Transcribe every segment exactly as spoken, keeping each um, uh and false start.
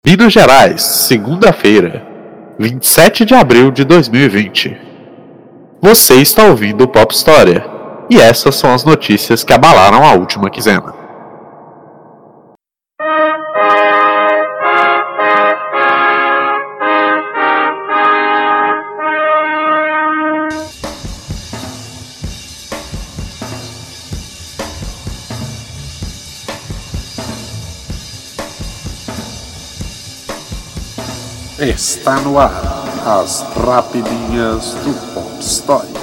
Minas Gerais, segunda-feira, vinte e sete de abril de dois mil e vinte. Você está ouvindo o Pop História, e essas são as notícias que abalaram a última quinzena. Está no ar as rapidinhas do Pop História.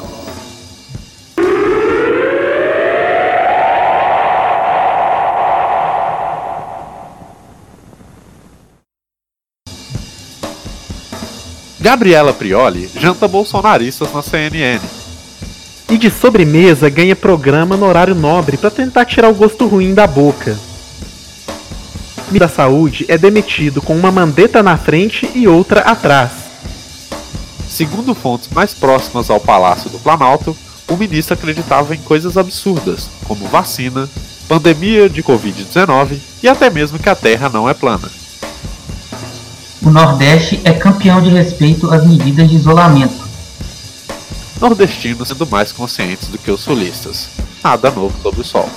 Gabriela Prioli janta bolsonaristas na C N N. E de sobremesa ganha programa no horário nobre para tentar tirar o gosto ruim da boca. O ministro da Saúde é demitido com uma mandeta na frente e outra atrás. Segundo fontes mais próximas ao Palácio do Planalto, o ministro acreditava em coisas absurdas, como vacina, pandemia de covid dezenove e até mesmo que a Terra não é plana. O Nordeste é campeão de respeito às medidas de isolamento. Nordestinos sendo mais conscientes do que os sulistas. Nada novo sob o sol.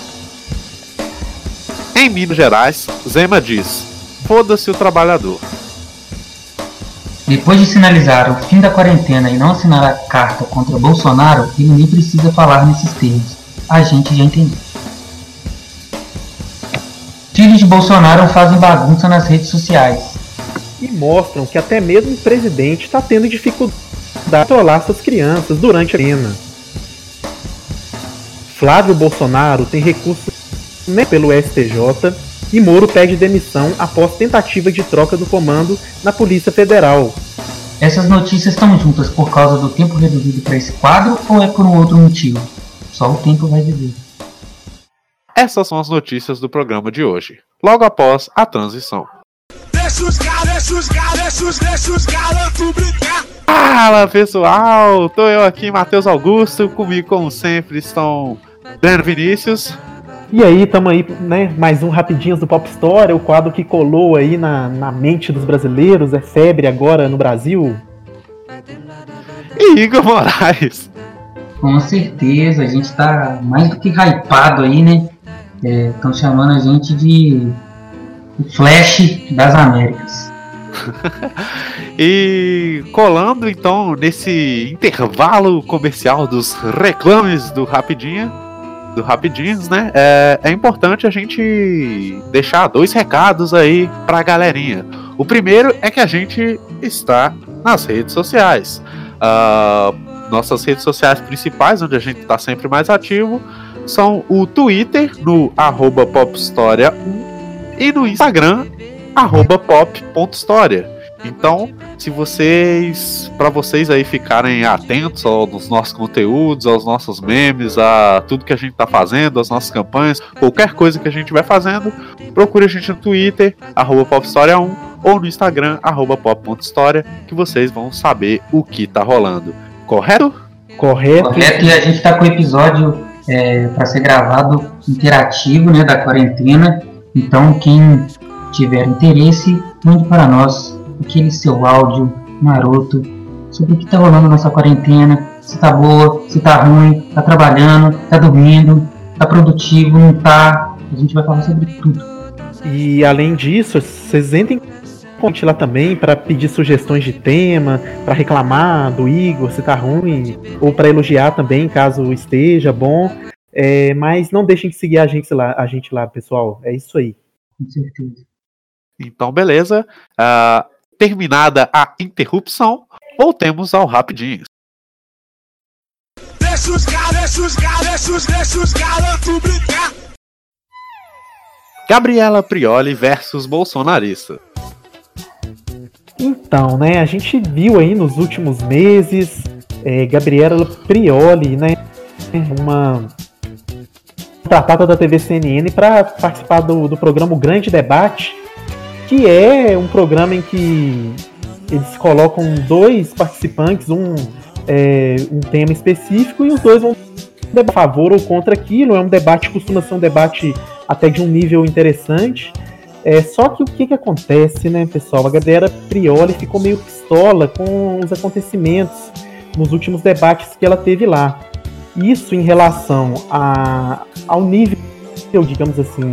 Em Minas Gerais, Zema diz: foda-se o trabalhador. Depois de sinalizar o fim da quarentena e não assinar a carta contra Bolsonaro, ele nem precisa falar nesses termos. A gente já entendeu. Filhos de Bolsonaro fazem bagunça nas redes sociais. E mostram que até mesmo o presidente está tendo dificuldade de controlar suas crianças durante a pena. Flávio Bolsonaro tem recurso pelo S T J e Moro pede demissão após tentativa de troca do comando na Polícia Federal. Essas notícias estão juntas por causa do tempo reduzido para esse quadro ou é por um outro motivo? Só o tempo vai dizer. Essas são as notícias do programa de hoje, logo após a transição. Deixa os caras, deixa os caras, deixa os, deixa os galantos brincar. Fala pessoal, tô eu aqui, Matheus Augusto, comigo como sempre estão Breno Vinícius. E aí, tamo aí, né, mais um Rapidinhas do Pop História, o quadro que colou aí na, na mente dos brasileiros, é febre agora no Brasil. E Igor Moraes. Com certeza, a gente tá mais do que hypado aí, né? Estão é, chamando a gente de o Flash das Américas. E colando então nesse intervalo comercial dos reclames do Rapidinha, do Rapidinhos, né? É, é importante a gente deixar dois recados aí pra galerinha. O primeiro é que a gente está nas redes sociais. Uh, nossas redes sociais principais, onde a gente está sempre mais ativo, são o Twitter, no arroba pophistoria um, e no Instagram, arroba pop.história. Então, se vocês, para vocês aí ficarem atentos aos nossos conteúdos, aos nossos memes, a tudo que a gente tá fazendo, as nossas campanhas, qualquer coisa que a gente vai fazendo, procure a gente no Twitter, arroba pophistoria um, ou no Instagram, arroba pop.história, que vocês vão saber o que tá rolando. Correto? Correto. Correto, e a gente tá com o episódio é, para ser gravado interativo, né, da quarentena. Então, quem tiver interesse, mande para nós aquele seu áudio maroto sobre o que tá rolando na nossa quarentena, se tá boa, se tá ruim, tá trabalhando, tá dormindo, tá produtivo, não tá. A gente vai falar sobre tudo. E além disso, vocês entrem em lá também para pedir sugestões de tema, para reclamar do Igor se tá ruim, ou para elogiar também, caso esteja bom. É, mas não deixem de seguir a gente lá, a gente lá, pessoal. É isso aí. Com certeza. Então, beleza. Uh... Terminada a interrupção, voltemos ao Rapidinhos. Deixa os caras, deixa os caras, deixa os, deixa os galantos brincar. Gabriela Prioli versus bolsonarista. Então, né, a gente viu aí nos últimos meses é, Gabriela Prioli, né, uma contratada da T V C N N para participar do, do programa O Grande Debate, que é um programa em que eles colocam dois participantes, um, é, um tema específico, e os dois vão debater a favor ou contra aquilo. É um debate, costuma ser um debate até de um nível interessante. É, só que o que que acontece, né, pessoal? A Gabriela Prioli ficou meio pistola com os acontecimentos nos últimos debates que ela teve lá. Isso em relação a, ao nível, digamos assim,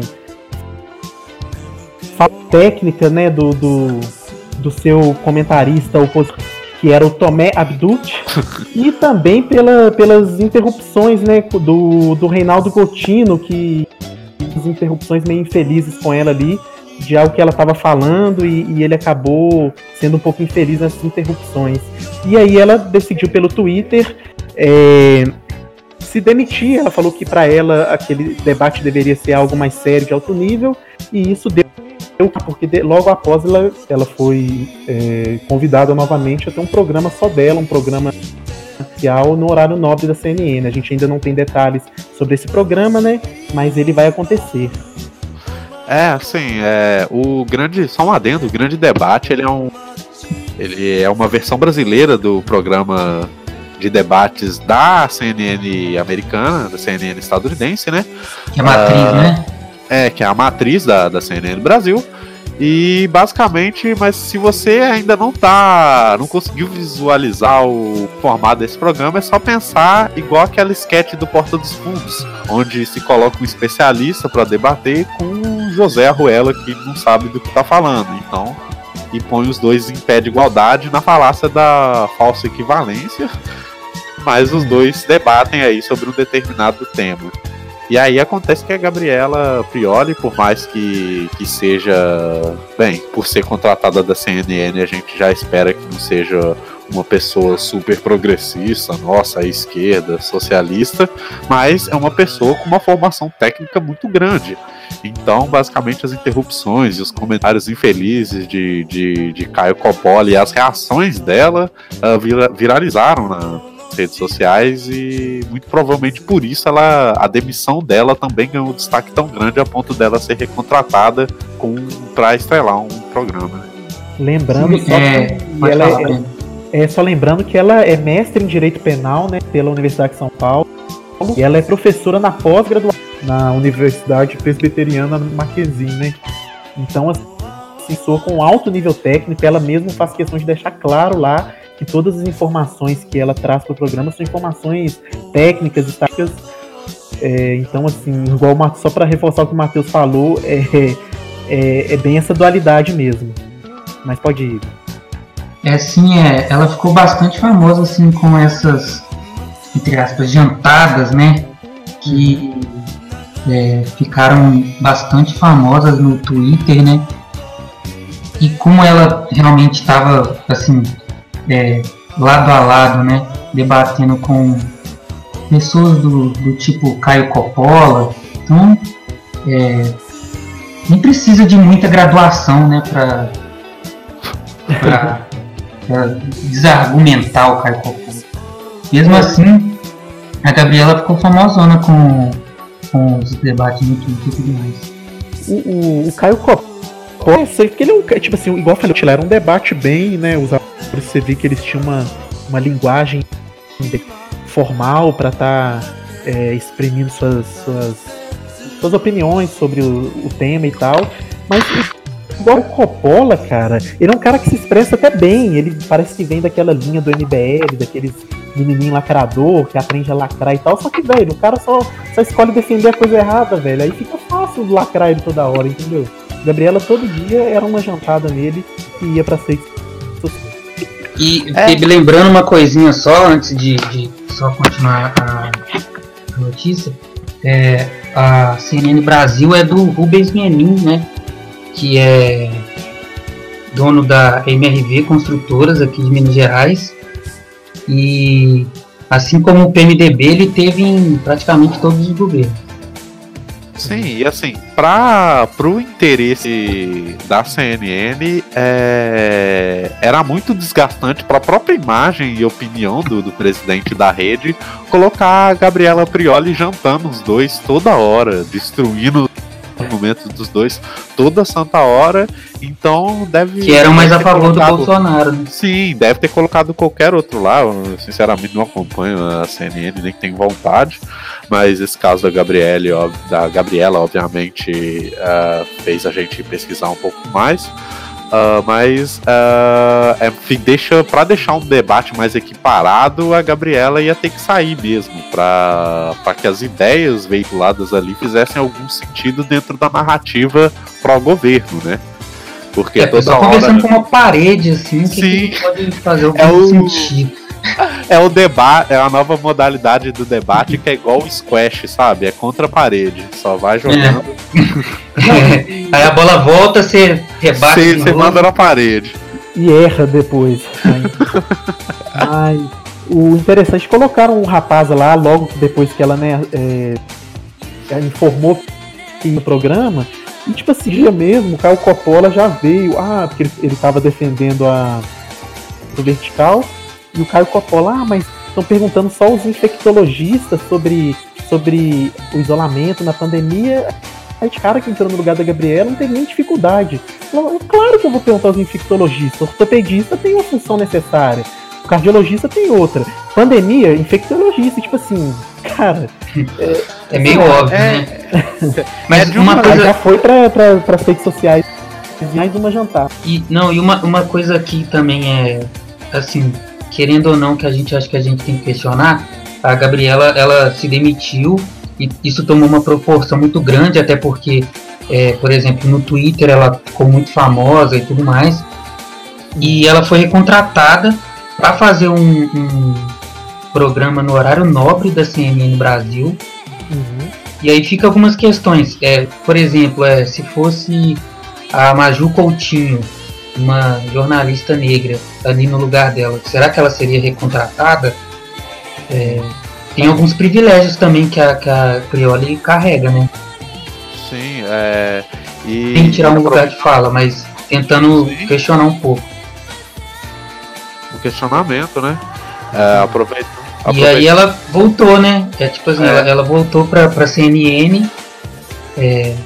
técnica, né, do, do, do seu comentarista opositor, que era o Tomé Abdut, e também pela, pelas interrupções, né, do, do Reinaldo Gotino, que as interrupções meio infelizes com ela ali, de algo que ela estava falando, e, e ele acabou sendo um pouco infeliz nessas interrupções. E aí ela decidiu pelo Twitter é, se demitir. Ela falou que para ela aquele debate deveria ser algo mais sério, de alto nível, e isso deu porque de, logo após ela, ela foi é, convidada novamente a ter um programa só dela, um programa especial no horário nobre da C N N. A gente ainda não tem detalhes sobre esse programa, né? Mas ele vai acontecer. É, assim, é, o grande, só um adendo, o Grande Debate, ele é um, ele é uma versão brasileira do programa de debates da C N N americana, da C N N estadunidense, né? Que é a matriz, uh, né? É, que é a matriz da, da C N N Brasil. E basicamente, mas se você ainda não tá, não conseguiu visualizar o formato desse programa, é só pensar igual aquela sketch do Porta dos Fundos, onde se coloca um especialista para debater com o José Arruela, que não sabe do que tá falando. Então, e põe os dois em pé de igualdade na falácia da falsa equivalência, mas os dois debatem aí sobre um determinado tema. E aí acontece que a Gabriela Prioli, por mais que, que seja, bem, por ser contratada da C N N, a gente já espera que não seja uma pessoa super progressista, nossa, à esquerda, socialista, mas é uma pessoa com uma formação técnica muito grande. Então, basicamente, as interrupções e os comentários infelizes de, de, de Caio Coppola e as reações dela uh, vira, viralizaram na redes sociais, e muito provavelmente por isso ela, a demissão dela também ganhou um destaque tão grande a ponto dela ser recontratada para estrelar um programa. Lembrando Sim, só é, que ela é, é só lembrando que ela é mestre em Direito Penal, né, pela Universidade de São Paulo, e ela é professora na pós-graduação na Universidade Presbiteriana Marquesim, né? Então, assim, soa com alto nível técnico. Ela mesma faz questão de deixar claro lá que todas as informações que ela traz para o programa são informações técnicas, estáticas. É, então, assim, igual só para reforçar o que o Matheus falou, é, é, é bem essa dualidade mesmo. Mas pode ir. É, sim, é, ela ficou bastante famosa, assim, com essas, entre aspas, jantadas, né? Que é, ficaram bastante famosas no Twitter, né? E como ela realmente estava, assim, é, lado a lado, né, debatendo com pessoas do, do tipo Caio Coppola, então é, nem precisa de muita graduação, né, para desargumentar o Caio Coppola. Mesmo assim, a Gabriela ficou famosona com, com os debates no Twitter e tudo mais. O, o, o Caio Coppola, porque ele é um, tipo assim, igual eu falei, era um debate bem, né, os você vê que eles tinham uma, uma linguagem formal para estar tá, é, exprimindo suas, suas, suas opiniões sobre o, o tema e tal, mas igual o Coppola, cara, ele é um cara que se expressa até bem, ele parece que vem daquela linha do M B L, daqueles menininho lacrador, que aprende a lacrar e tal, só que, velho, o cara só, só escolhe defender a coisa errada, velho, aí fica fácil lacrar ele toda hora, entendeu? Gabriela todo dia era uma jantada nele que ia pra ser. E é. Lembrando uma coisinha só, antes de, de só continuar a, a notícia, é, a C N N Brasil é do Rubens Menin, né, que é dono da M R V Construtoras aqui de Minas Gerais, e assim como o P M D B, ele teve em praticamente todos os governos. Sim, e assim, para o interesse da C N N, é, era muito desgastante para a própria imagem e opinião do, do presidente da rede colocar a Gabriela Prioli jantando os dois toda hora, destruindo momentos dos dois toda santa hora, então deve... Que eram mais a ter favor colocado- do Bolsonaro, né? Sim, deve ter colocado qualquer outro lá. Eu, sinceramente, não acompanho a C N N, nem tenho vontade. Mas esse caso da Gabriele, ó, da Gabriela, obviamente, uh, fez a gente pesquisar um pouco mais. Uh, mas uh, é, fi- deixa, pra deixar um debate mais equiparado, a Gabriela ia ter que sair mesmo, pra, pra que as ideias veiculadas ali fizessem algum sentido dentro da narrativa pró-governo, né? Porque É, toda só hora... conversando com uma parede, assim, que, Sim. que pode fazer algum É o- sentido. É o debate, é a nova modalidade do debate que é igual o squash, sabe? É contra a parede, só vai jogando, Aí a bola volta, você rebate de você novo. manda na parede. E erra depois. Mas, mas o interessante, colocaram um rapaz lá, logo depois que ela, né, é, ela informou que ia no programa, e tipo assim, dia mesmo, o Caio Coppola já veio, ah, porque ele, ele tava defendendo a o vertical, e o Caio Coppola, ah, mas estão perguntando só os infectologistas sobre, sobre o isolamento na pandemia. Aí de cara que entrou no lugar da Gabriela não teve nem dificuldade. Falou, claro que eu vou perguntar aos infectologistas. O ortopedista tem uma função necessária. O cardiologista tem outra. Pandemia, infectologista. Tipo assim, cara... É meio é, óbvio, é- né? Mas é de uma uma- Aí coisa... já foi pra, pra, pras redes sociais. Mais uma jantar. E, não, e uma, uma coisa que também é, assim, querendo ou não, que a gente acha que a gente tem que questionar, a Gabriela, ela se demitiu e isso tomou uma proporção muito grande, até porque, é, por exemplo, no Twitter ela ficou muito famosa e tudo mais, e ela foi recontratada para fazer um, um programa no horário nobre da C N N Brasil. Uhum. E aí fica algumas questões, é, por exemplo, é, se fosse a Maju Coutinho, uma jornalista negra, ali no lugar dela, será que ela seria recontratada? É, tem alguns privilégios também que a, que a Prioli carrega, né? Sim, é... E, Tem que tirar um e lugar de fala, mas tentando Sim. questionar um pouco. o questionamento, né? É, aproveita, E aproveita- aí ela voltou, né? É tipo assim, É. ela, ela voltou pra, pra C N N. É,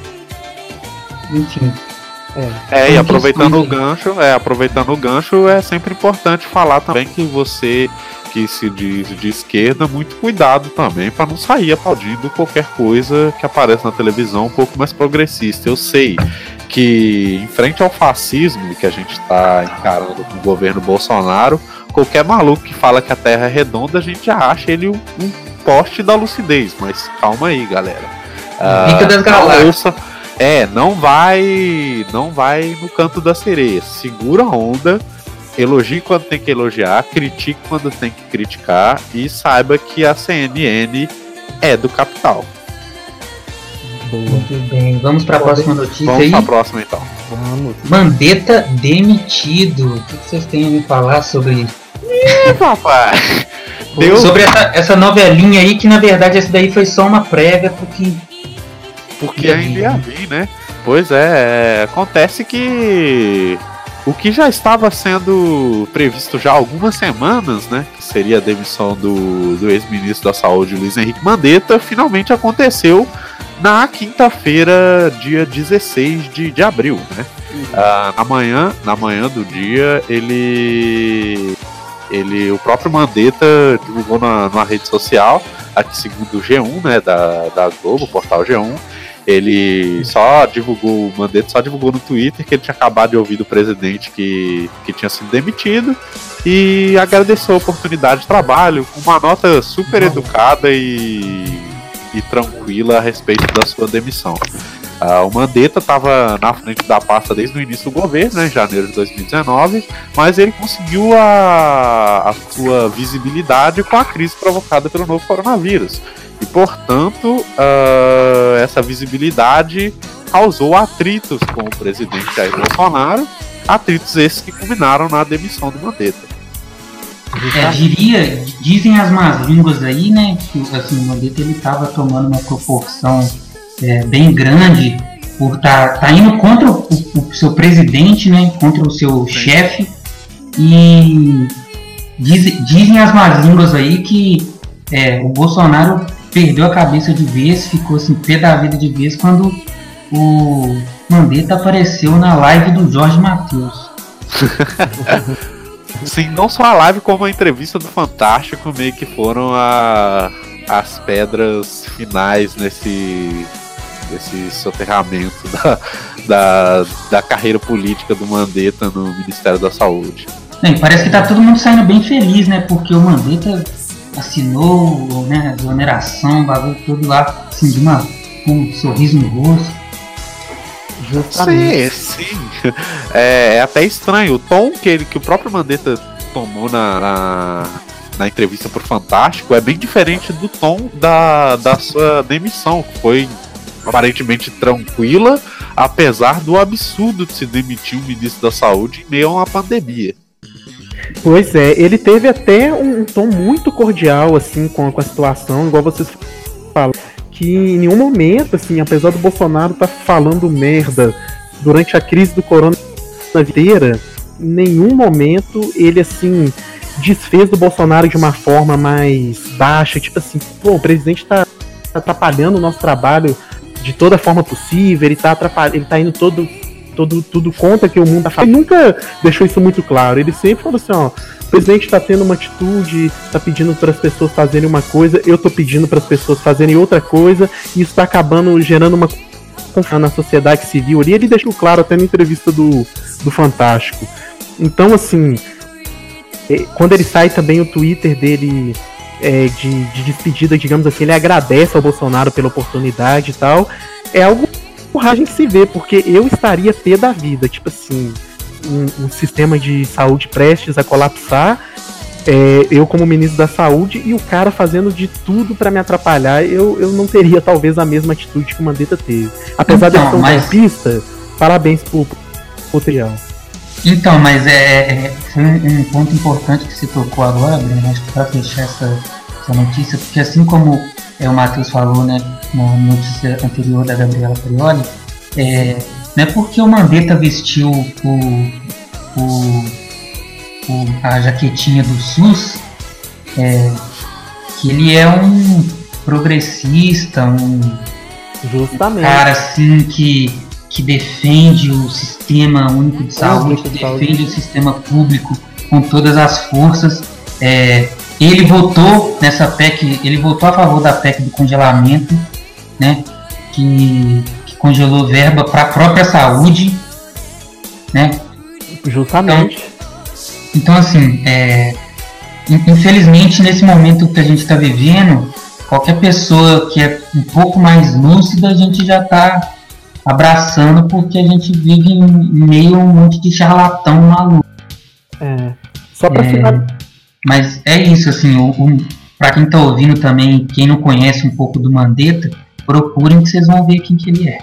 enfim. É, e Como aproveitando o questões aí. gancho, é, aproveitando o gancho, é sempre importante falar também que você que se diz de esquerda, muito cuidado também para não sair aplaudindo qualquer coisa que aparece na televisão um pouco mais progressista. Eu sei que em frente ao fascismo que a gente está encarando com o governo Bolsonaro, qualquer maluco que fala que a Terra é redonda, a gente já acha ele um, um poste da lucidez, mas calma aí, galera. Pica das não galáxias. ouça- É, não vai, não vai no canto da sereia. Segura a onda, elogie quando tem que elogiar, critique quando tem que criticar e saiba que a C N N é do capital. Boa. Muito bem. Vamos pra próxima notícia Vamos aí. pra próxima então. Vamos. Mandetta demitido. O que que vocês têm a me falar sobre Ih, papai! Deu- sobre essa, essa novelinha aí, que na verdade essa daí foi só uma prévia, porque Porque ainda ia vir, né? Pois é, é, acontece que o que já estava sendo previsto já há algumas semanas, né? Que seria a demissão do, do ex-ministro da Saúde, Luiz Henrique Mandetta, finalmente aconteceu na quinta-feira, dia dezesseis de, de abril, né? Ah, na manhã, na manhã do dia, ele, ele, o próprio Mandetta divulgou na, numa rede social, aqui segundo o G um, né, da, da Globo, o portal G um, ele só divulgou, o Mandetta só divulgou no Twitter que ele tinha acabado de ouvir do presidente que, que tinha sido demitido e agradeceu a oportunidade de trabalho com uma nota super educada e, e tranquila a respeito da sua demissão. Uh, o Mandetta estava na frente da pasta desde o início do governo, né, em janeiro de dois mil e dezenove, mas ele conseguiu a, a sua visibilidade com a crise provocada pelo novo coronavírus. E, portanto, uh, essa visibilidade causou atritos com o presidente Jair Bolsonaro, atritos esses que culminaram na demissão do Mandetta. é, diria, dizem as más línguas aí, né, que assim, o Mandetta ele estava tomando uma proporção é, bem grande por estar tá, tá indo contra o, o seu presidente, né, contra o seu Sim. chefe, e diz, dizem as más línguas aí que é, o Bolsonaro perdeu a cabeça de vez, ficou assim, pé da vida de vez, quando o Mandetta apareceu na live do Jorge Mateus. Sim, não só a live, como a entrevista do Fantástico meio que foram a, as pedras finais nesse, nesse soterramento da, da, da carreira política do Mandetta no Ministério da Saúde. Bem, parece que tá todo mundo saindo bem feliz, né? Porque o Mandetta assinou, né, a exoneração, o bagulho todo lá, assim, de uma, com um sorriso no rosto. Justamente. Sim, sim. É, é até estranho. O tom que, ele, que o próprio Mandetta tomou na, na, na entrevista pro Fantástico é bem diferente do tom da, da sua demissão, que foi aparentemente tranquila, apesar do absurdo de se demitir um ministro da Saúde em meio a uma pandemia. Pois é, ele teve até um, um tom muito cordial, assim, com, com a situação, igual vocês falam, que em nenhum momento, assim, apesar do Bolsonaro estar tá falando merda durante a crise do coronavírus inteira, em nenhum momento ele, assim, desfez do Bolsonaro de uma forma mais baixa, tipo assim, pô, o presidente tá, tá atrapalhando o nosso trabalho de toda forma possível, ele tá, atrapalhando, ele tá indo todo... Todo, tudo contra que o mundo tá falando. Ele nunca deixou isso muito claro. Ele sempre falou assim, ó, o presidente tá tendo uma atitude, tá pedindo para as pessoas fazerem uma coisa, eu tô pedindo para as pessoas fazerem outra coisa, e isso tá acabando gerando uma confusão na sociedade civil ali. Ele deixou claro até na entrevista do, do Fantástico. Então, assim, é, quando ele sai também o Twitter dele é, de, de despedida, digamos assim, ele agradece ao Bolsonaro pela oportunidade e tal. É algo a gente se vê, porque eu estaria pé da vida, tipo assim, um, um sistema de saúde prestes a colapsar, é, eu como ministro da saúde e o cara fazendo de tudo pra me atrapalhar, eu, eu não teria talvez a mesma atitude que o Mandetta teve. Apesar então, de ser um mas... golpista, parabéns pro material. Então, mas é, é foi um ponto importante que você tocou agora, Breno, acho que pra fechar essa, essa notícia, porque assim como é, o Matheus falou, né, na notícia anterior da Gabriela Prioli, é, não é porque o Mandetta vestiu o, o, o, a jaquetinha do SUS é, que ele é um progressista, um, Justamente. um cara assim que, que defende o sistema único de saúde, que defende o sistema público com todas as forças. É, ele votou nessa P E C, ele votou a favor da P E C do congelamento, né, que, que congelou verba para a própria saúde, né? Justamente. Então, então assim, é, infelizmente nesse momento que a gente está vivendo, qualquer pessoa que é um pouco mais lúcida a gente já está abraçando, porque a gente vive em meio a um monte de charlatão maluco. É, só para é, finalizar. Mas é isso, assim, o, o, para quem tá ouvindo também, quem não conhece um pouco do Mandetta, procurem que vocês vão ver quem que ele é.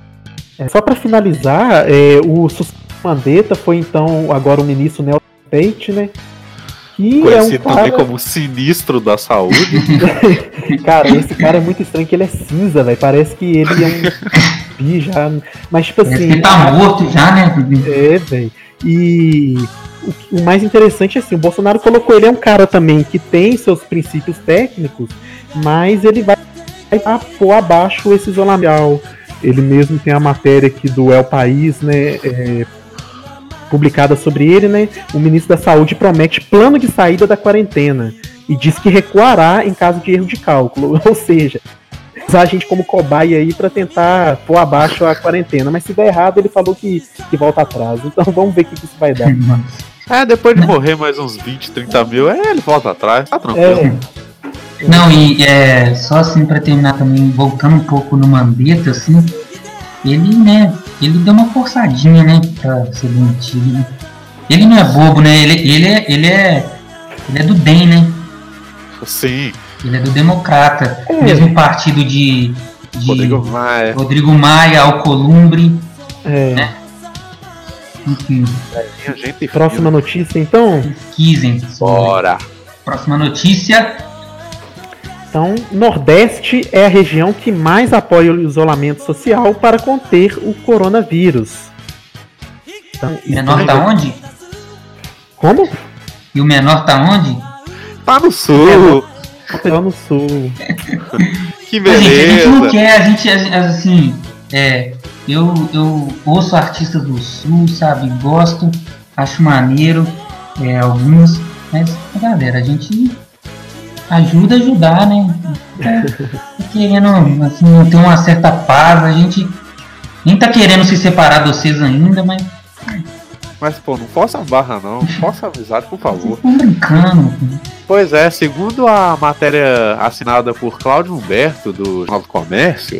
é só para finalizar, é, o Mandetta foi então agora o ministro Nelson Tate, né? Que conhecido é um cara... também como sinistro da saúde. Cara, esse cara é muito estranho, que ele é cinza, velho. Parece que ele é um bi já. Mas tipo assim... Ele tá morto já, né? É, velho. E... o mais interessante é assim, o Bolsonaro colocou ele, é um cara também que tem seus princípios técnicos, mas ele vai pôr abaixo esse isolamento. Ele mesmo tem a matéria aqui do El País, né, é, publicada sobre ele, né? O ministro da Saúde promete plano de saída da quarentena e diz que recuará em caso de erro de cálculo, ou seja, usar a gente como cobaia aí para tentar pôr abaixo a quarentena, mas se der errado ele falou que, que volta atrás, então vamos ver o que, que isso vai dar. É, depois de morrer mais uns vinte, trinta mil, é, ele volta atrás, tá tranquilo. É. Não, e é, só assim pra terminar também, voltando um pouco no Mandetta, assim, ele, né, ele deu uma forçadinha, né, pra ser demitido, né? Ele não é bobo, né, ele, ele, é, ele, é, ele é do D E M, né? Sim. Ele é do Democrata, é. Mesmo partido de, de Rodrigo Maia, Rodrigo Maia, Alcolumbre, é. Né? Enfim. Gente, próxima notícia, então? Pesquisem. Bora. Próxima notícia. Então, Nordeste é a região que mais apoia o isolamento social para conter o coronavírus. Então, o menor tá onde? Como? E o menor tá onde? Tá no sul. Tá no sul. Que beleza. A gente, a gente não quer, a gente, assim, é, eu, eu ouço artistas do Sul, sabe? Gosto, acho maneiro, é, alguns, mas, galera, a gente ajuda a ajudar, né? Tá querendo, assim, ter uma certa paz, a gente nem tá querendo se separar de vocês ainda, mas... Mas, pô, não força a barra, não. Força a amizade, por favor. Vocês estão brincando. Pois é, segundo a matéria assinada por Cláudio Humberto, do Jornal do Comércio,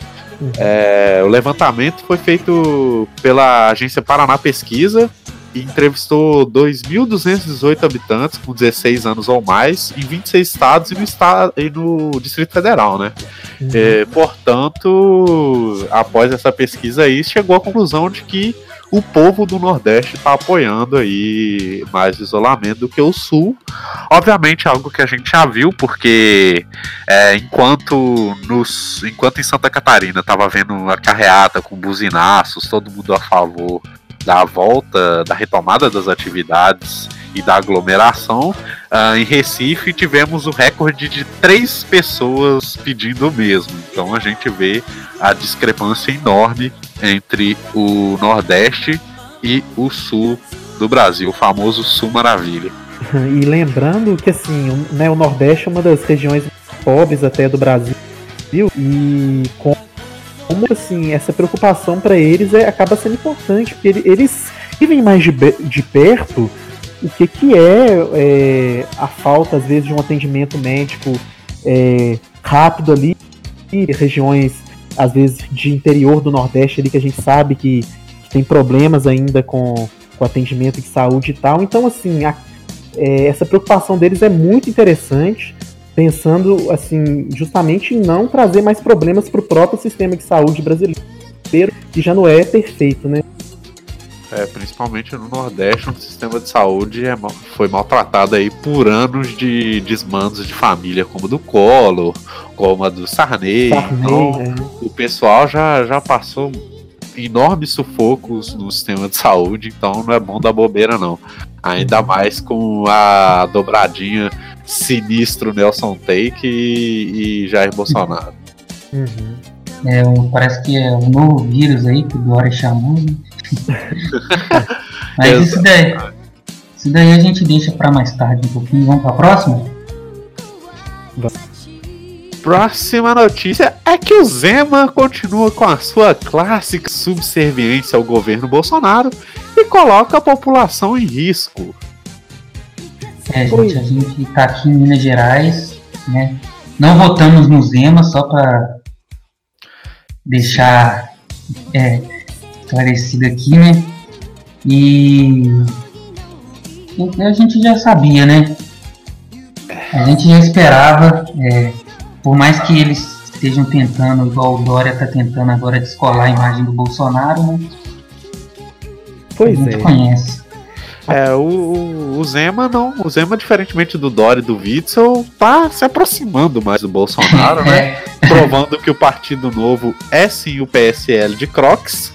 é, o levantamento foi feito pela agência Paraná Pesquisa e entrevistou dois mil duzentos e dezoito habitantes com dezesseis anos ou mais em vinte e seis estados e no, estado, e no Distrito Federal, né? Uhum. É, portanto, após essa pesquisa aí, chegou à conclusão de que o povo do Nordeste está apoiando aí mais o isolamento do que o Sul. Obviamente algo que a gente já viu, porque é, enquanto, nos, enquanto em Santa Catarina estava vendo a carreata com buzinaços, todo mundo a favor da volta, da retomada das atividades e da aglomeração, uh, em Recife tivemos o recorde de três pessoas pedindo o mesmo. Então a gente vê a discrepância enorme entre o Nordeste e o Sul do Brasil, o famoso Sul Maravilha. E lembrando que assim, né, o Nordeste é uma das regiões pobres até do Brasil, e com como assim, essa preocupação para eles é, acaba sendo importante, porque ele, eles vivem mais de, de perto o que, que é, é a falta, às vezes, de um atendimento médico é, rápido ali, e regiões, às vezes, de interior do Nordeste ali, que a gente sabe que, que tem problemas ainda com, com atendimento de saúde e tal. Então, assim, a, é, essa preocupação deles é muito interessante, pensando, assim, justamente em não trazer mais problemas para o próprio sistema de saúde brasileiro, que já não é perfeito, né? É, principalmente no Nordeste, o sistema de saúde é, foi maltratado aí por anos de desmandos de família, como do Collor, como a do Sarney. Sarney então, é. O pessoal já, já passou enormes sufocos no sistema de saúde, então não é bom dar bobeira, não. Ainda uhum. mais com a dobradinha sinistro Nelson Take e, e Jair Bolsonaro. Uhum. É, parece que é um novo vírus aí que o Dória chamou. Mas isso daí, isso daí a gente deixa para mais tarde um pouquinho. Vamos para a próxima? Próxima notícia é que o Zema continua com a sua clássica subserviência ao governo Bolsonaro e coloca a população em risco. É, gente, a gente tá aqui em Minas Gerais, né? Não votamos no Zema, só para deixar é, esclarecido aqui, né? E a gente já sabia, né? A gente já esperava, é, por mais que eles estejam tentando, igual o Dória está tentando agora descolar a imagem do Bolsonaro, né? Pois a gente é. conhece. É, o, o, o Zema não, o Zema, diferentemente do Dória e do Witzel, tá se aproximando mais do Bolsonaro, né? Provando que o Partido Novo é sim o P S L de Crocs.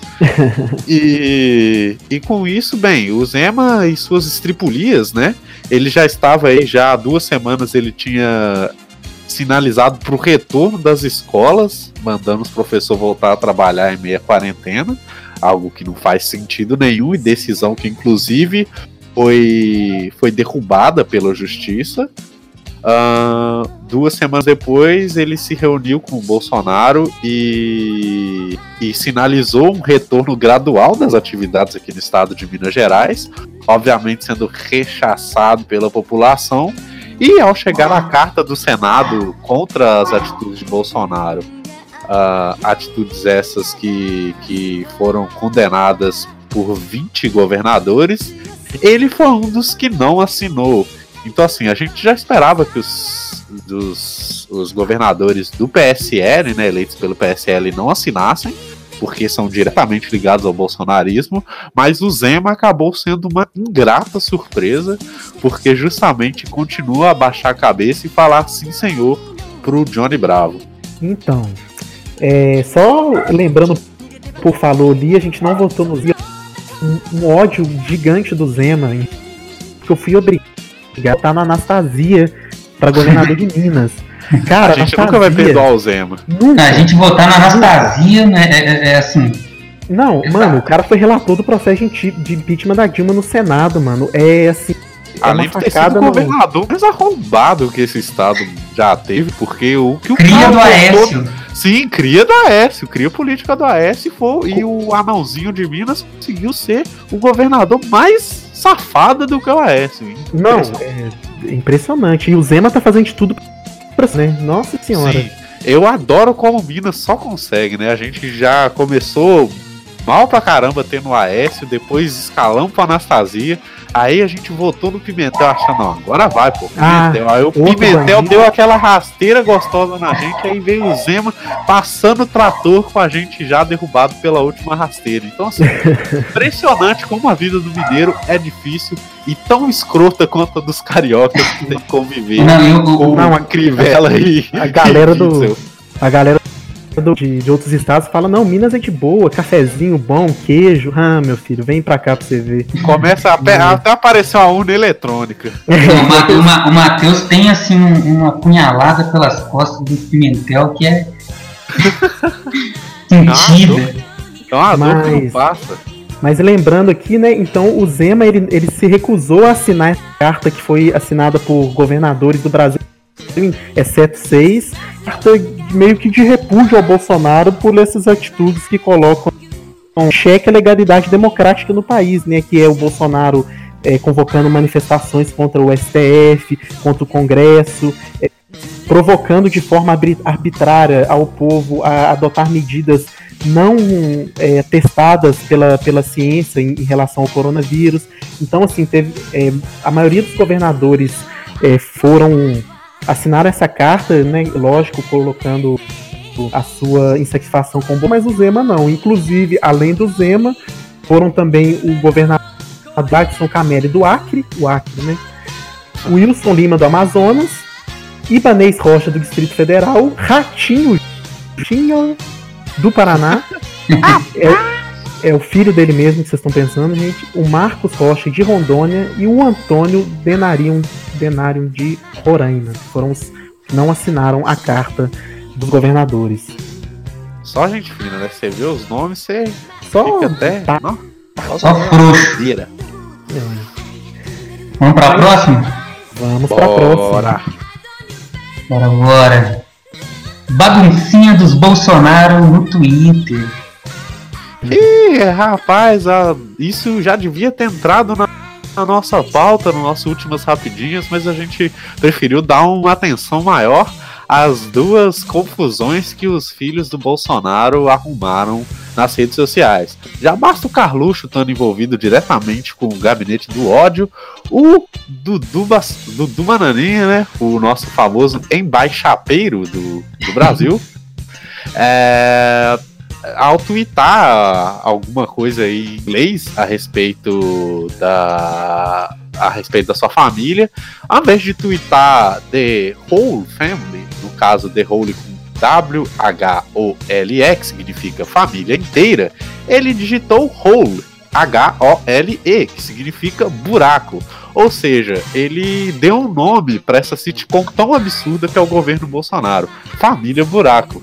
e, e com isso, bem, o Zema e suas estripulias, né? Ele já estava aí, já há duas semanas ele tinha sinalizado para o retorno das escolas, mandando os professores voltar a trabalhar em meia quarentena. Algo que não faz sentido nenhum e decisão que inclusive foi, foi derrubada pela justiça. Uh, duas semanas depois ele se reuniu com o Bolsonaro e, e sinalizou um retorno gradual das atividades aqui no estado de Minas Gerais, obviamente sendo rechaçado pela população. E ao chegar a carta do Senado contra as atitudes de Bolsonaro, Uh, atitudes essas que, que foram condenadas por vinte governadores, ele foi um dos que não assinou. Então assim, a gente já esperava que os, dos, os governadores do P S L, né, eleitos pelo P S L, não assinassem, porque são diretamente ligados ao bolsonarismo, mas o Zema acabou sendo uma ingrata surpresa, porque justamente continua a baixar a cabeça e falar sim senhor pro Johnny Bravo. Então, É, só lembrando, por falou ali, a gente não votou no Zema, um, um ódio gigante do Zema, que eu fui obrigado a estar na Anastasia para governador de Minas. Cara, a gente Anastasia, nunca vai perdoar o Zema. Nunca. A gente votar na Anastasia, né, é, é assim, Não, Exato. mano, o cara foi relator do processo de de impeachment da Dilma no Senado, mano. É assim. É Além uma de ter sido facada o no... governador mais arrombado que esse estado já teve, porque o que o Cria cara do botou- Aécio. Sim, cria do Aécio, cria política do Aécio e, foi, e o anãozinho de Minas conseguiu ser o governador mais safado do que o Aécio. Hein? Não, é impressionante. E o Zema tá fazendo de tudo pra né? Nossa senhora. Sim, eu adoro como Minas só consegue, né? A gente já começou mal pra caramba tendo o Aécio, depois escalamos pra Anastasia, aí a gente votou no Pimentel achando, não, agora vai, pô, Pimentel. Ah, aí o outro Pimentel bandido. deu aquela rasteira gostosa na gente, aí veio o Zema passando o trator com a gente já derrubado pela última rasteira. Então, assim, impressionante como a vida do mineiro é difícil e tão escrota quanto a dos cariocas que tem que conviver Não, eu- com eu- Não, uma crivela aí. a galera do- A galera do- de, de outros estados fala, não, Minas é de boa, cafezinho bom, queijo. Ah, meu filho, vem pra cá pra você ver. Começa a pe- até aparecer uma urna eletrônica. Não, o Ma- o Ma- o Matheus tem assim um- uma punhalada pelas costas do Pimentel que é sentida. É uma dor que não Mas- passa. Mas lembrando aqui, né, então o Zema, ele, ele se recusou a assinar essa carta que foi assinada por governadores do Brasil, exceto seis, carta meio que de repúdio ao Bolsonaro por essas atitudes que colocam em xeque a legalidade democrática no país, né, que é o Bolsonaro é, convocando manifestações contra o S T F, contra o Congresso, é, provocando de forma arbit- arbitrária ao povo a adotar medidas não é, testadas pela, pela ciência em, em relação ao coronavírus. Então, assim, teve, é, a maioria dos governadores é, foram assinaram essa carta, né, lógico, colocando a sua insatisfação com o Bolsonaro, mas o Zema não. Inclusive, além do Zema, foram também o governador Adson Cameli do Acre, o Acre, né, o Wilson Lima do Amazonas, Ibanez Rocha do Distrito Federal, Ratinho Ratinho do Paraná, é, é o filho dele mesmo que vocês estão pensando, gente, o Marcos Rocha de Rondônia e o Antônio Denarium, Denarium de Roraima, que foram os que não assinaram a carta dos governadores. Só gente fina, né? Você vê os nomes, você Só fica até. tá. Não, Só frouxo. vira. Vamos pra próxima? Vamos pra próxima. Bora. Bora, bora. Baguncinha dos Bolsonaro no Twitter. Ih, rapaz, a- isso já devia ter entrado na, na nossa pauta, nas nossas últimas rapidinhas, mas a gente preferiu dar uma atenção maior às duas confusões que os filhos do Bolsonaro arrumaram nas redes sociais. Já basta o Carluxo estando envolvido diretamente com o gabinete do ódio, o Dudu, Bas- Dudu Bananinha, né, o nosso famoso embaixapeiro do, do Brasil, é, ao twittar alguma coisa em inglês a respeito da a respeito da sua família, ao invés de twittar The Whole Family, no caso The Whole com W H O L E, que significa família inteira, ele digitou Whole, H O L E, que significa buraco. Ou seja, ele deu um nome para essa sitcom tão absurda que é o governo Bolsonaro, Família Buraco.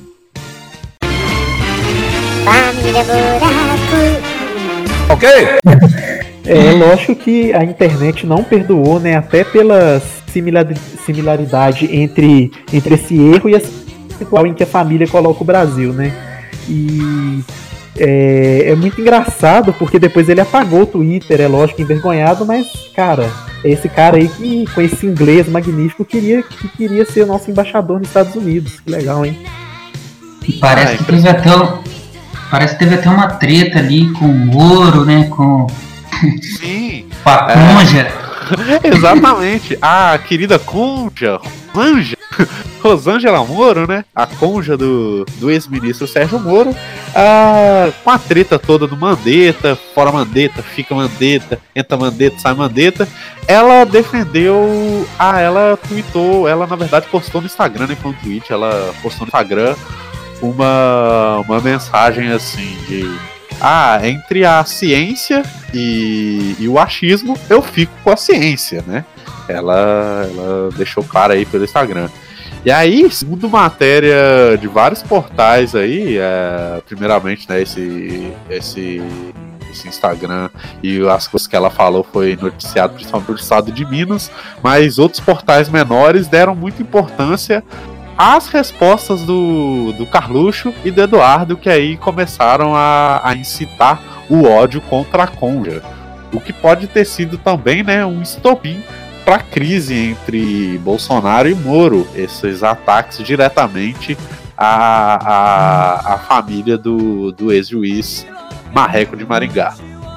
Ok? É lógico que a internet não perdoou, né? Até pela similar- similaridade entre, entre esse erro e a situação em que a família coloca o Brasil, né? E é, é muito engraçado porque depois ele apagou o Twitter, é lógico, envergonhado, mas, cara, é esse cara aí que, com esse inglês magnífico, queria, que queria ser o nosso embaixador nos Estados Unidos. Que legal, hein? E parece Ah, que teve até, o- parece que teve até uma treta ali com o Moro, né? Com, Sim, com a Conja. exatamente. A querida Conja, Rosângela, Rosângela Moro, né? A conja do, do ex-ministro Sérgio Moro, ah, com a treta toda do Mandetta, fora Mandetta, fica Mandetta, entra Mandetta, sai Mandetta. Ela defendeu. Ah, ela tweetou, ela na verdade postou no Instagram, né? Foi um tweet, ela postou no Instagram uma, uma mensagem assim de. Ah, entre a ciência e, e o achismo, eu fico com a ciência, né? Ela, ela deixou claro aí pelo Instagram. E aí, segundo matéria de vários portais aí, é, primeiramente, né, esse, esse, esse Instagram e as coisas que ela falou foi noticiado principalmente pelo estado de Minas, mas outros portais menores deram muita importância às respostas do, do Carluxo e do Eduardo, que aí começaram a, a incitar o ódio contra a Conja. O que pode ter sido também, né, um estopim para a crise entre Bolsonaro e Moro, esses ataques diretamente à, à, à família do, do ex-juiz Marreco de Maringá.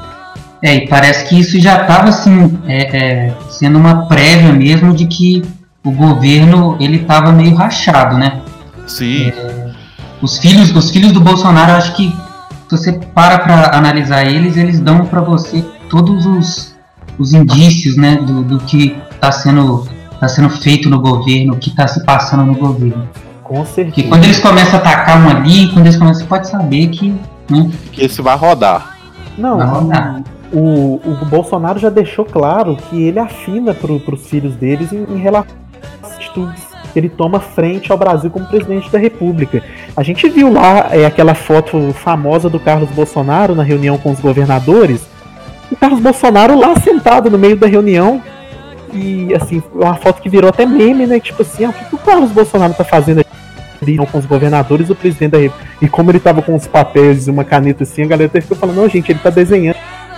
É, e parece que isso já estava assim, é, é, sendo uma prévia mesmo de que o governo ele estava meio rachado, né? Sim. É, os filhos, os filhos do Bolsonaro, acho que se você para para analisar eles, eles dão para você todos os os indícios, né, do, do que está sendo, tá sendo feito no governo, o que está se passando no governo. Com certeza. Porque quando eles começam a atacar um ali, quando eles começam, você pode saber que... Né, que esse vai rodar. Não, vai rodar. O, o Bolsonaro já deixou claro que ele afina para os filhos deles em, em relação às atitudes que ele toma frente ao Brasil como presidente da República. A gente viu lá é, aquela foto famosa do Carlos Bolsonaro na reunião com os governadores, o Carlos Bolsonaro lá sentado no meio da reunião, e assim, uma foto que virou até meme, né? Tipo assim, ah, o que o Carlos Bolsonaro tá fazendo aqui com os governadores e o presidente da República? E como ele tava com os papéis e uma caneta assim, a galera até ficou falando, não, gente, ele tá desenhando,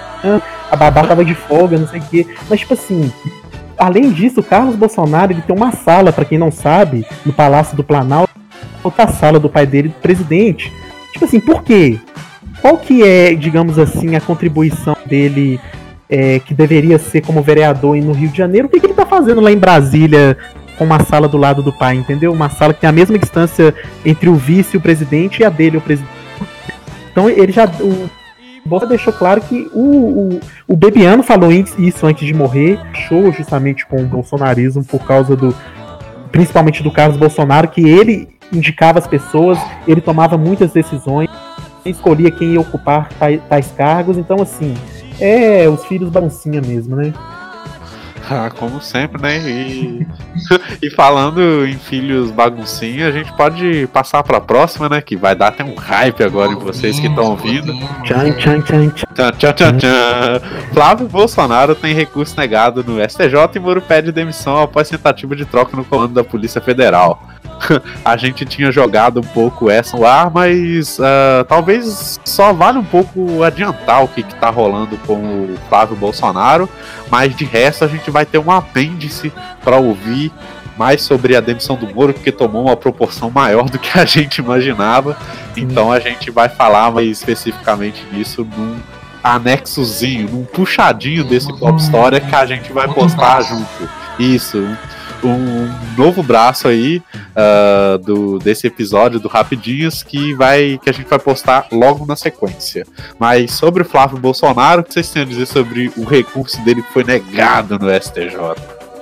a babá tava de folga, não sei o quê. Mas tipo assim, além disso, o Carlos Bolsonaro, ele tem uma sala, pra quem não sabe, no Palácio do Planalto, outra sala do pai dele, do presidente. Tipo assim, por quê? Qual que é, digamos assim, a contribuição dele é, que deveria ser como vereador no Rio de Janeiro? O que, que ele tá fazendo lá em Brasília com uma sala do lado do pai, entendeu? Uma sala que tem a mesma distância entre o vice e o presidente e a dele, o presidente. Então ele já... O Bolsa deixou claro que o, o, o Bebiano falou isso antes de morrer, achou justamente com o bolsonarismo por causa do... principalmente do Carlos Bolsonaro, que ele indicava as pessoas, ele tomava muitas decisões, escolhia quem ia ocupar tais, tais cargos, então assim, é os filhos baguncinha mesmo, né? Ah, como sempre, né? E, e falando em filhos baguncinha, a gente pode passar pra próxima, né? Que vai dar até um hype agora em vocês que estão ouvindo. Tchan, tchan, tchan, tchan, tchan, tchan, tchan. Flávio Bolsonaro tem recurso negado no S T J e Moro pede demissão após tentativa de troca no comando da Polícia Federal. A gente tinha jogado um pouco essa no ar, mas uh, talvez só vale um pouco adiantar o que, que tá rolando com o Flávio Bolsonaro, mas de resto a gente vai ter um apêndice para ouvir mais sobre a demissão do Moro, porque tomou uma proporção maior do que a gente imaginava. Sim. Então a gente vai falar mais especificamente disso num anexozinho, num puxadinho desse Pop História que a gente vai postar junto. Isso, um novo braço aí uh, do, desse episódio do Rapidinhos que, vai, que a gente vai postar logo na sequência. Mas sobre o Flávio Bolsonaro, o que vocês têm a dizer sobre o recurso dele que foi negado no S T J?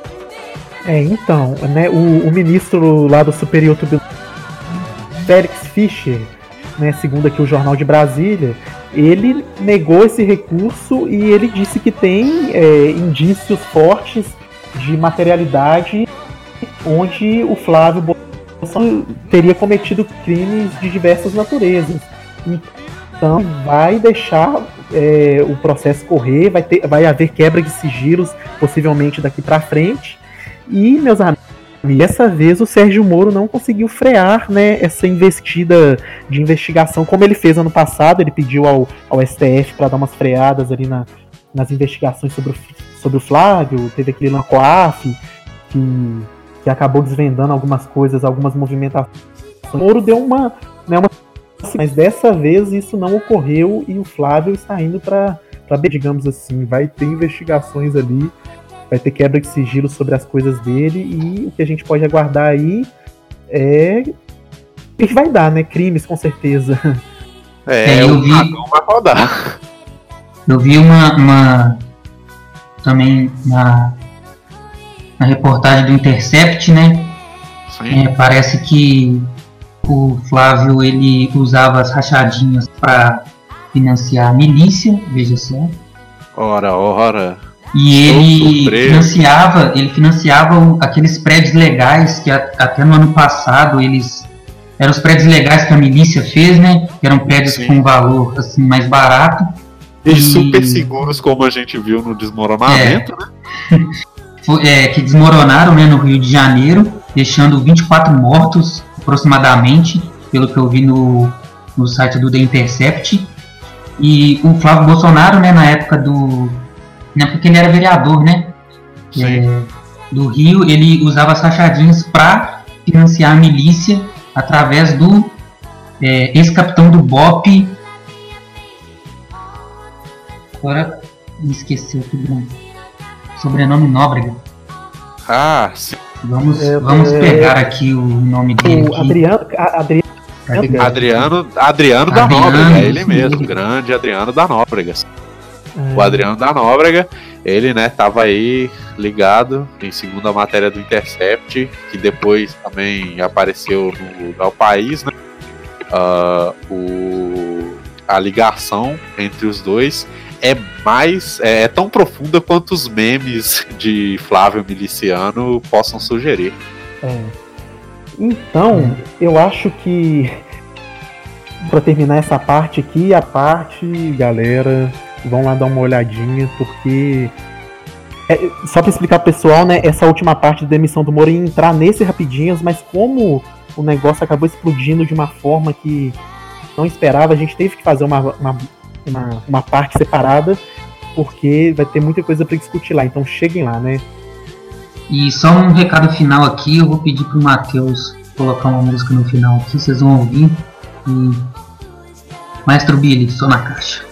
É, então, né, o, o ministro lá do Superior Tribunal, Félix Fischer, né, segundo aqui o Jornal de Brasília, ele negou esse recurso e ele disse que tem é, indícios fortes de materialidade onde o Flávio Bolsonaro teria cometido crimes de diversas naturezas. Então vai deixar é, o processo correr, vai, ter, vai haver quebra de sigilos possivelmente daqui para frente. E, meus amigos, dessa vez o Sérgio Moro não conseguiu frear, né, essa investida de investigação como ele fez ano passado. Ele pediu ao, ao S T F para dar umas freadas ali na, nas investigações sobre o, sobre o Flávio. Teve aquele Lancoaf que, que acabou desvendando algumas coisas, algumas movimentações. O Moro deu uma, né, uma... Mas dessa vez isso não ocorreu e o Flávio está indo para, digamos assim, vai ter investigações ali, vai ter quebra de sigilo sobre as coisas dele e o que a gente pode aguardar aí é o que vai dar, né? Crimes, com certeza. É, é eu o vi, dragão vai rodar. Eu vi uma, uma também na, na reportagem do Intercept, né? É, parece que o Flávio ele usava as rachadinhas para financiar a milícia, veja só. Ora, ora. E Estou ele surpreso. financiava, ele financiava o- aqueles prédios legais que a- até no ano passado eles eram os prédios legais que a milícia fez, né? Que eram prédios Sim. com um valor assim mais barato. E E- super seguros, como a gente viu no desmoronamento, né? Foi- é, que desmoronaram, né, no Rio de Janeiro, deixando vinte e quatro mortos aproximadamente, pelo que eu vi no, no site do The Intercept. E o Flávio Bolsonaro, né, na época do. Na época que ele era vereador, né? Sim. é, do Rio, ele usava as rachadinhas para financiar a milícia através do é, ex-capitão do B O P. Agora me esqueci o sobrenome. Sobrenome Nóbrega. Ah, sim. Vamos, É, vamos é, pegar aqui o nome dele. O aqui. Adriano, a- Adriano Cadê? Adriano, Adriano da Adriano, Nóbrega, é ele isso mesmo, mesmo. grande Adriano da Nóbrega. é, O Adriano da Nóbrega, ele, né, tava aí ligado em segunda matéria do Intercept, que depois também apareceu no Gal País, né? Ah, o, a ligação entre os dois é mais é, é tão profunda quanto os memes de Flávio Miliciano possam sugerir. é. Então, eu acho que pra terminar essa parte aqui, a parte, galera, vão lá dar uma olhadinha, porque é, só pra explicar pro pessoal, né, essa última parte da demissão do Moro ia entrar nesse rapidinhos, mas como o negócio acabou explodindo de uma forma que não esperava, a gente teve que fazer uma, uma, uma, uma parte separada, porque vai ter muita coisa pra discutir lá, então cheguem lá, né? E só um recado final aqui, eu vou pedir pro Matheus colocar uma música no final aqui, vocês vão ouvir. E Maestro Billy, só na caixa.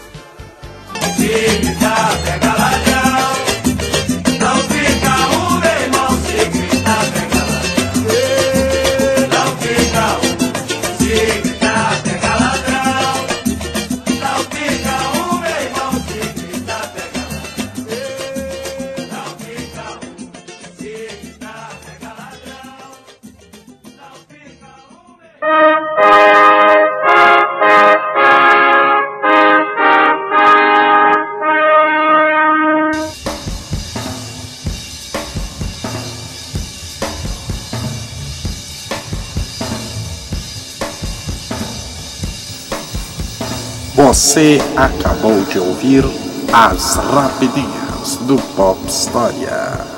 Você acabou de ouvir as rapidinhas do Pop História.